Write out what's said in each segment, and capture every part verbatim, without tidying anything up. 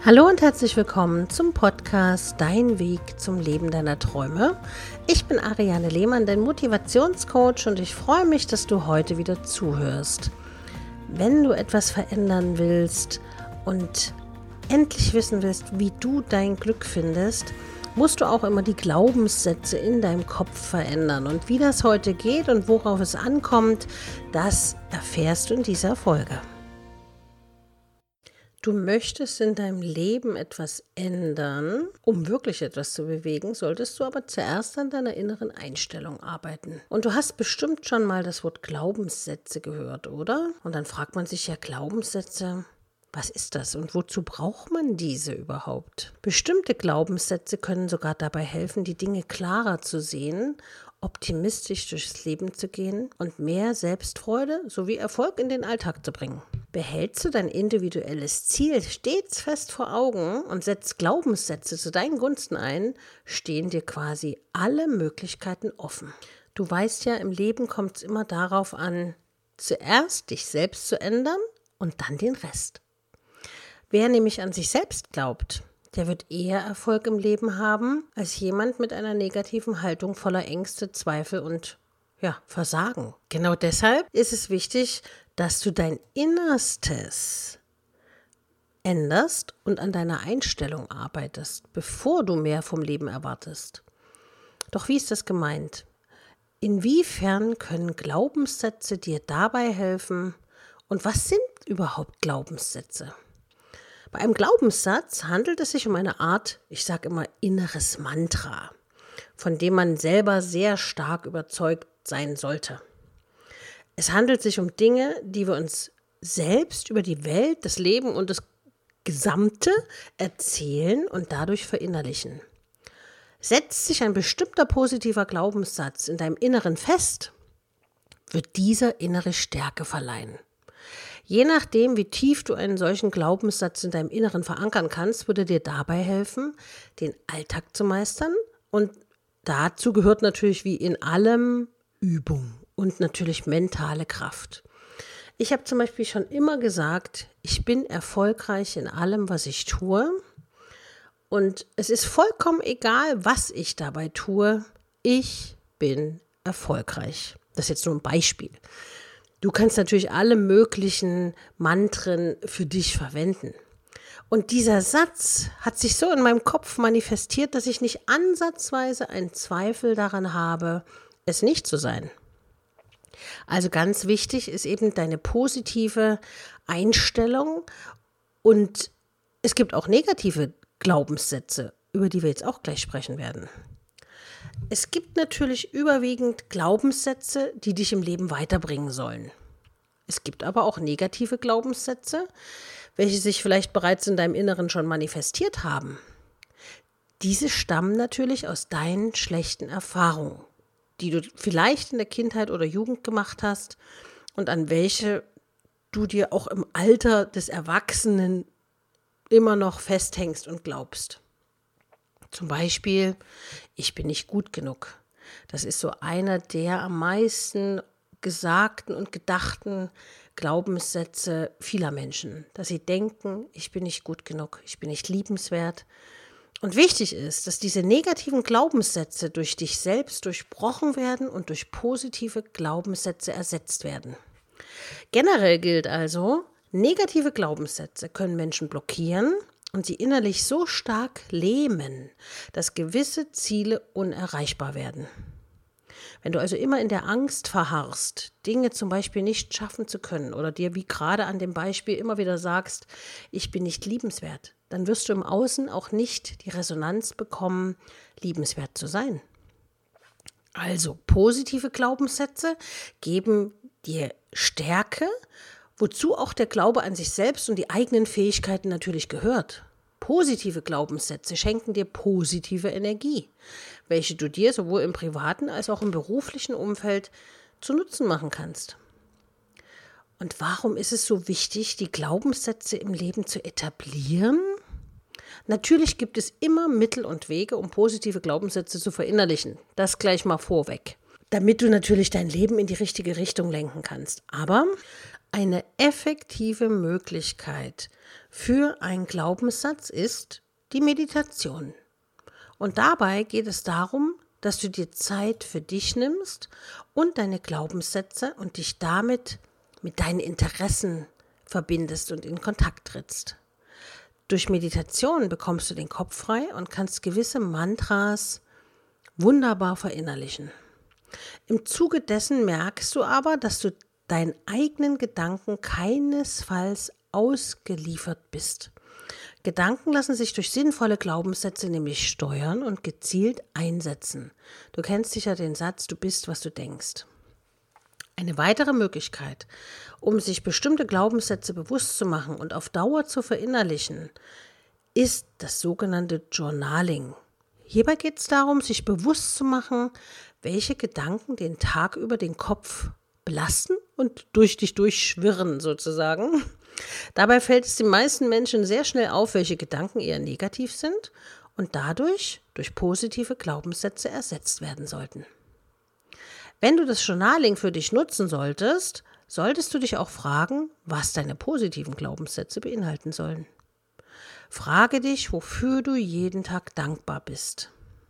Hallo und herzlich willkommen zum Podcast Dein Weg zum Leben deiner Träume. Ich bin Ariane Lehmann, dein Motivationscoach, und ich freue mich, dass du heute wieder zuhörst. Wenn du etwas verändern willst und endlich wissen willst, wie du dein Glück findest, musst du auch immer die Glaubenssätze in deinem Kopf verändern. Und wie das heute geht und worauf es ankommt, das erfährst du in dieser Folge. Du möchtest in deinem Leben etwas ändern, um wirklich etwas zu bewegen, solltest du aber zuerst an deiner inneren Einstellung arbeiten. Und du hast bestimmt schon mal das Wort Glaubenssätze gehört, oder? Und dann fragt man sich ja, Glaubenssätze, was ist das und wozu braucht man diese überhaupt? Bestimmte Glaubenssätze können sogar dabei helfen, die Dinge klarer zu sehen, optimistisch durchs Leben zu gehen und mehr Selbstfreude sowie Erfolg in den Alltag zu bringen. Behältst du dein individuelles Ziel stets fest vor Augen und setzt Glaubenssätze zu deinen Gunsten ein, stehen dir quasi alle Möglichkeiten offen. Du weißt ja, im Leben kommt es immer darauf an, zuerst dich selbst zu ändern und dann den Rest. Wer nämlich an sich selbst glaubt, der wird eher Erfolg im Leben haben, als jemand mit einer negativen Haltung voller Ängste, Zweifel und ja, Versagen. Genau deshalb ist es wichtig, dass du dein Innerstes änderst und an deiner Einstellung arbeitest, bevor du mehr vom Leben erwartest. Doch wie ist das gemeint? Inwiefern können Glaubenssätze dir dabei helfen? Und was sind überhaupt Glaubenssätze? Bei einem Glaubenssatz handelt es sich um eine Art, ich sage immer, inneres Mantra, von dem man selber sehr stark überzeugt sein sollte. Es handelt sich um Dinge, die wir uns selbst über die Welt, das Leben und das Gesamte erzählen und dadurch verinnerlichen. Setzt sich ein bestimmter positiver Glaubenssatz in deinem Inneren fest, wird dieser innere Stärke verleihen. Je nachdem, wie tief du einen solchen Glaubenssatz in deinem Inneren verankern kannst, würde dir dabei helfen, den Alltag zu meistern. Und dazu gehört natürlich wie in allem Übung und natürlich mentale Kraft. Ich habe zum Beispiel schon immer gesagt, ich bin erfolgreich in allem, was ich tue. Und es ist vollkommen egal, was ich dabei tue. Ich bin erfolgreich. Das ist jetzt nur ein Beispiel. Du kannst natürlich alle möglichen Mantren für dich verwenden. Und dieser Satz hat sich so in meinem Kopf manifestiert, dass ich nicht ansatzweise einen Zweifel daran habe, es nicht zu sein. Also ganz wichtig ist eben deine positive Einstellung. Und es gibt auch negative Glaubenssätze, über die wir jetzt auch gleich sprechen werden. Es gibt natürlich überwiegend Glaubenssätze, die dich im Leben weiterbringen sollen. Es gibt aber auch negative Glaubenssätze, welche sich vielleicht bereits in deinem Inneren schon manifestiert haben. Diese stammen natürlich aus deinen schlechten Erfahrungen, die du vielleicht in der Kindheit oder Jugend gemacht hast und an welche du dir auch im Alter des Erwachsenen immer noch festhängst und glaubst. Zum Beispiel, ich bin nicht gut genug. Das ist so einer der am meisten gesagten und gedachten Glaubenssätze vieler Menschen, dass sie denken, ich bin nicht gut genug, ich bin nicht liebenswert. Und wichtig ist, dass diese negativen Glaubenssätze durch dich selbst durchbrochen werden und durch positive Glaubenssätze ersetzt werden. Generell gilt also, negative Glaubenssätze können Menschen blockieren und sie innerlich so stark lähmen, dass gewisse Ziele unerreichbar werden. Wenn du also immer in der Angst verharrst, Dinge zum Beispiel nicht schaffen zu können oder dir wie gerade an dem Beispiel immer wieder sagst, ich bin nicht liebenswert, dann wirst du im Außen auch nicht die Resonanz bekommen, liebenswert zu sein. Also positive Glaubenssätze geben dir Stärke, wozu auch der Glaube an sich selbst und die eigenen Fähigkeiten natürlich gehört. Positive Glaubenssätze schenken dir positive Energie, welche du dir sowohl im privaten als auch im beruflichen Umfeld zu Nutzen machen kannst. Und warum ist es so wichtig, die Glaubenssätze im Leben zu etablieren? Natürlich gibt es immer Mittel und Wege, um positive Glaubenssätze zu verinnerlichen. Das gleich mal vorweg. Damit du natürlich dein Leben in die richtige Richtung lenken kannst. Aber Eine effektive Möglichkeit für einen Glaubenssatz ist die Meditation. Und dabei geht es darum, dass du dir Zeit für dich nimmst und deine Glaubenssätze und dich damit mit deinen Interessen verbindest und in Kontakt trittst. Durch Meditation bekommst du den Kopf frei und kannst gewisse Mantras wunderbar verinnerlichen. Im Zuge dessen merkst du aber, dass du deinen eigenen Gedanken keinesfalls ausgeliefert bist. Gedanken lassen sich durch sinnvolle Glaubenssätze nämlich steuern und gezielt einsetzen. Du kennst sicher den Satz, du bist, was du denkst. Eine weitere Möglichkeit, um sich bestimmte Glaubenssätze bewusst zu machen und auf Dauer zu verinnerlichen, ist das sogenannte Journaling. Hierbei geht es darum, sich bewusst zu machen, welche Gedanken den Tag über den Kopf belasten und durch dich durchschwirren sozusagen. Dabei fällt es den meisten Menschen sehr schnell auf, welche Gedanken eher negativ sind und dadurch durch positive Glaubenssätze ersetzt werden sollten. Wenn du das Journaling für dich nutzen solltest, solltest du dich auch fragen, was deine positiven Glaubenssätze beinhalten sollen. Frage dich, wofür du jeden Tag dankbar bist.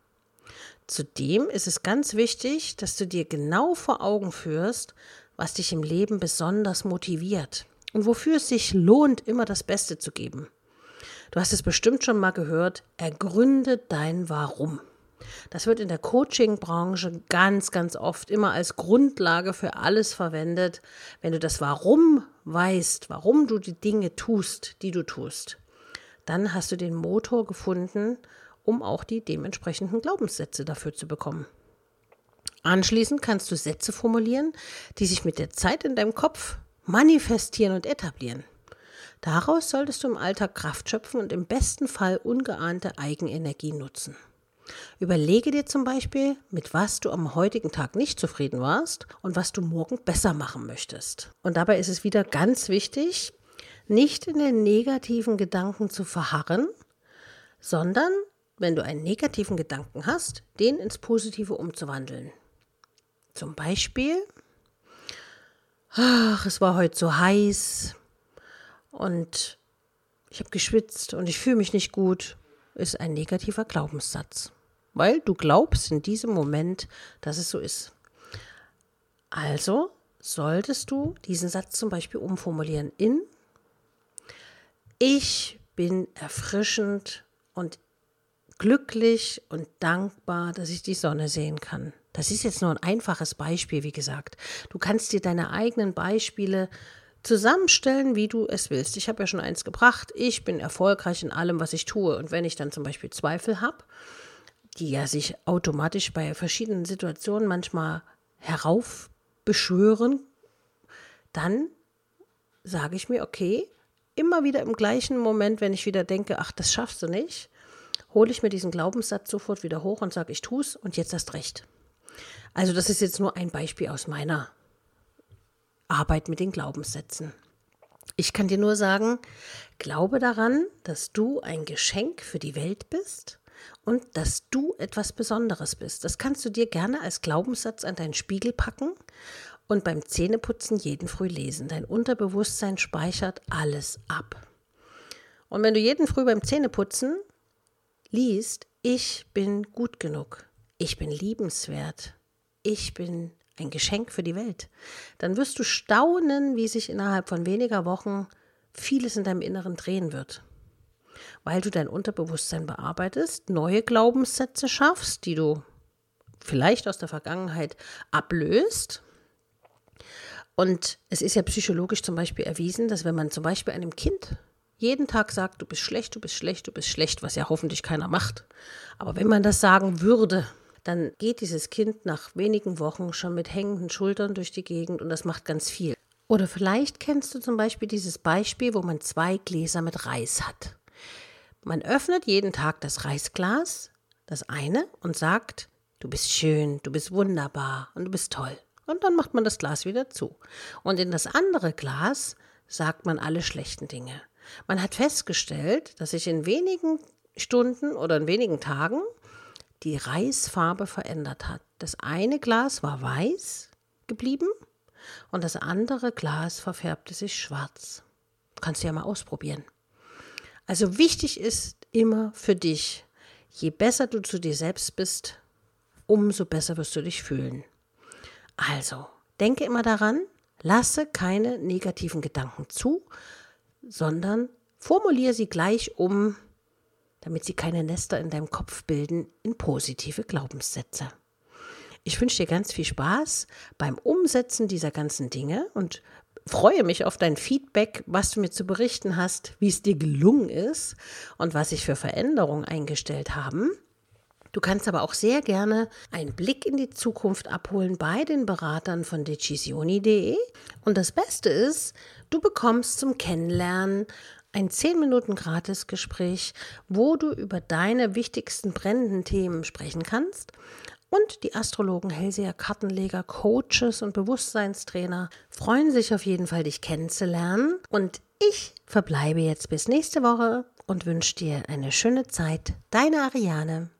Zudem ist es ganz wichtig, dass du dir genau vor Augen führst, was dich im Leben besonders motiviert und wofür es sich lohnt, immer das Beste zu geben. Du hast es bestimmt schon mal gehört, ergründe dein Warum. Das wird in der Coaching-Branche ganz, ganz oft immer als Grundlage für alles verwendet. Wenn du das Warum weißt, warum du die Dinge tust, die du tust, dann hast du den Motor gefunden, um auch die dementsprechenden Glaubenssätze dafür zu bekommen. Anschließend kannst du Sätze formulieren, die sich mit der Zeit in deinem Kopf manifestieren und etablieren. Daraus solltest du im Alltag Kraft schöpfen und im besten Fall ungeahnte Eigenenergie nutzen. Überlege dir zum Beispiel, mit was du am heutigen Tag nicht zufrieden warst und was du morgen besser machen möchtest. Und dabei ist es wieder ganz wichtig, nicht in den negativen Gedanken zu verharren, sondern, wenn du einen negativen Gedanken hast, den ins Positive umzuwandeln. Zum Beispiel, ach, es war heute so heiß und ich habe geschwitzt und ich fühle mich nicht gut, ist ein negativer Glaubenssatz. Weil du glaubst in diesem Moment, dass es so ist. Also solltest du diesen Satz zum Beispiel umformulieren in: Ich bin erfrischend und glücklich und dankbar, dass ich die Sonne sehen kann. Das ist jetzt nur ein einfaches Beispiel, wie gesagt. Du kannst dir deine eigenen Beispiele zusammenstellen, wie du es willst. Ich habe ja schon eins gebracht. Ich bin erfolgreich in allem, was ich tue. Und wenn ich dann zum Beispiel Zweifel habe, die ja sich automatisch bei verschiedenen Situationen manchmal heraufbeschwören, dann sage ich mir, okay, immer wieder im gleichen Moment, wenn ich wieder denke, ach, das schaffst du nicht, hole ich mir diesen Glaubenssatz sofort wieder hoch und sage, ich tue es und jetzt hast recht. Also das ist jetzt nur ein Beispiel aus meiner Arbeit mit den Glaubenssätzen. Ich kann dir nur sagen, glaube daran, dass du ein Geschenk für die Welt bist und dass du etwas Besonderes bist. Das kannst du dir gerne als Glaubenssatz an deinen Spiegel packen und beim Zähneputzen jeden Früh lesen. Dein Unterbewusstsein speichert alles ab. Und wenn du jeden Früh beim Zähneputzen liest, ich bin gut genug, ich bin liebenswert, ich bin ein Geschenk für die Welt, dann wirst du staunen, wie sich innerhalb von weniger Wochen vieles in deinem Inneren drehen wird. Weil du dein Unterbewusstsein bearbeitest, neue Glaubenssätze schaffst, die du vielleicht aus der Vergangenheit ablöst. Und es ist ja psychologisch zum Beispiel erwiesen, dass wenn man zum Beispiel einem Kind jeden Tag sagt, du bist schlecht, du bist schlecht, du bist schlecht, was ja hoffentlich keiner macht. Aber wenn man das sagen würde, dann geht dieses Kind nach wenigen Wochen schon mit hängenden Schultern durch die Gegend und das macht ganz viel. Oder vielleicht kennst du zum Beispiel dieses Beispiel, wo man zwei Gläser mit Reis hat. Man öffnet jeden Tag das Reisglas, das eine, und sagt, du bist schön, du bist wunderbar und du bist toll. Und dann macht man das Glas wieder zu. Und in das andere Glas sagt man alle schlechten Dinge. Man hat festgestellt, dass sich in wenigen Stunden oder in wenigen Tagen die Reisfarbe verändert hat. Das eine Glas war weiß geblieben und das andere Glas verfärbte sich schwarz. Kannst du ja mal ausprobieren. Also wichtig ist immer für dich, je besser du zu dir selbst bist, umso besser wirst du dich fühlen. Also, denke immer daran, lasse keine negativen Gedanken zu, sondern formuliere sie gleich um, damit sie keine Nester in deinem Kopf bilden, in positive Glaubenssätze. Ich wünsche dir ganz viel Spaß beim Umsetzen dieser ganzen Dinge und freue mich auf dein Feedback, was du mir zu berichten hast, wie es dir gelungen ist und was sich für Veränderungen eingestellt haben. Du kannst aber auch sehr gerne einen Blick in die Zukunft abholen bei den Beratern von decisioni punkt de. Und das Beste ist, du bekommst zum Kennenlernen ein zehn Minuten Gratisgespräch, wo du über deine wichtigsten brennenden Themen sprechen kannst. Und die Astrologen, Hellseher, Kartenleger, Coaches und Bewusstseinstrainer freuen sich auf jeden Fall, dich kennenzulernen. Und ich verbleibe jetzt bis nächste Woche und wünsche dir eine schöne Zeit. Deine Ariane.